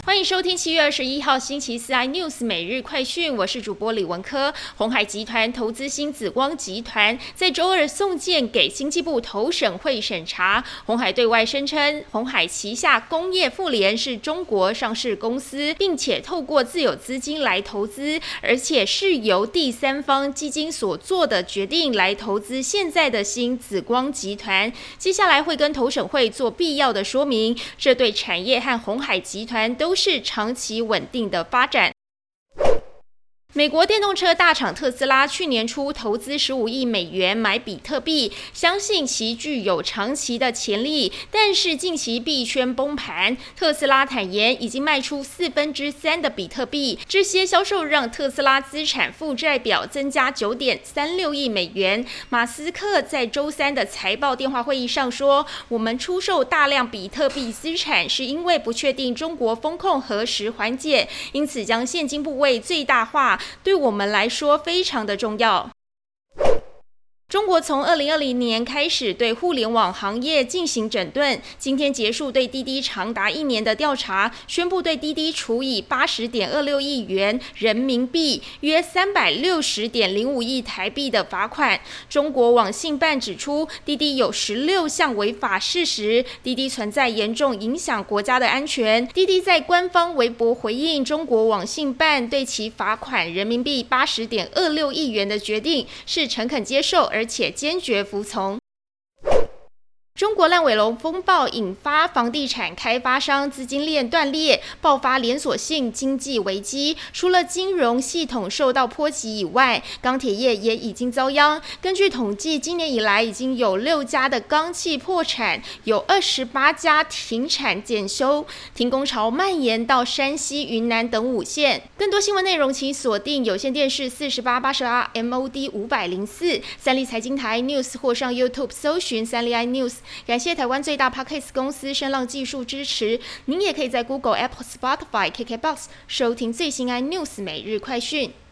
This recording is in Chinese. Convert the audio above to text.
欢迎收听7月21号星期四 iNews 每日快讯，我是主播李文科。鸿海集团投资新紫光集团在周二送件给经济部投审会审查。鸿海对外声称，鸿海旗下工业富联是中国上市公司，并且透过自有资金来投资，而且是由第三方基金所做的决定来投资现在的新紫光集团。接下来会跟投审会做必要的说明，这对产业和鸿海集团都是长期稳定的发展。美国电动车大厂特斯拉去年初投资15亿美元买比特币，相信其具有长期的潜力。但是近期币圈崩盘，特斯拉坦言已经卖出3/4的比特币，这些销售让特斯拉资产负债表增加9.36亿美元。马斯克在周三的财报电话会议上说：“我们出售大量比特币资产，是因为不确定中国风控何时缓解，因此将现金部位最大化。”对我们来说非常的重要。中国从2020年开始对互联网行业进行整顿，今天结束对滴滴长达1年的调查，宣布对滴滴处以80.26亿元人民币，约360.05亿台币的罚款。中国网信办指出，滴滴有16项违法事实，滴滴存在严重影响国家的安全。滴滴在官方微博回应中国网信办对其罚款人民币80.26亿元的决定，是诚恳接受而且坚决服从。中国烂尾楼风暴引发房地产开发商资金链断裂，爆发连锁性经济危机。除了金融系统受到波及以外，钢铁业也已经遭殃。根据统计，今年以来已经有6家的钢企破产，有28家停产检修，停工潮蔓延到山西、云南等5县。更多新闻内容，请锁定有线电视4888 MOD 504三立财经台 News 或上 YouTube 搜寻三立 iNews。感谢台湾最大 Podcast 公司声浪技术支持。您也可以在 Google、Apple、Spotify、KKBox 收听最新iNews 每日快讯。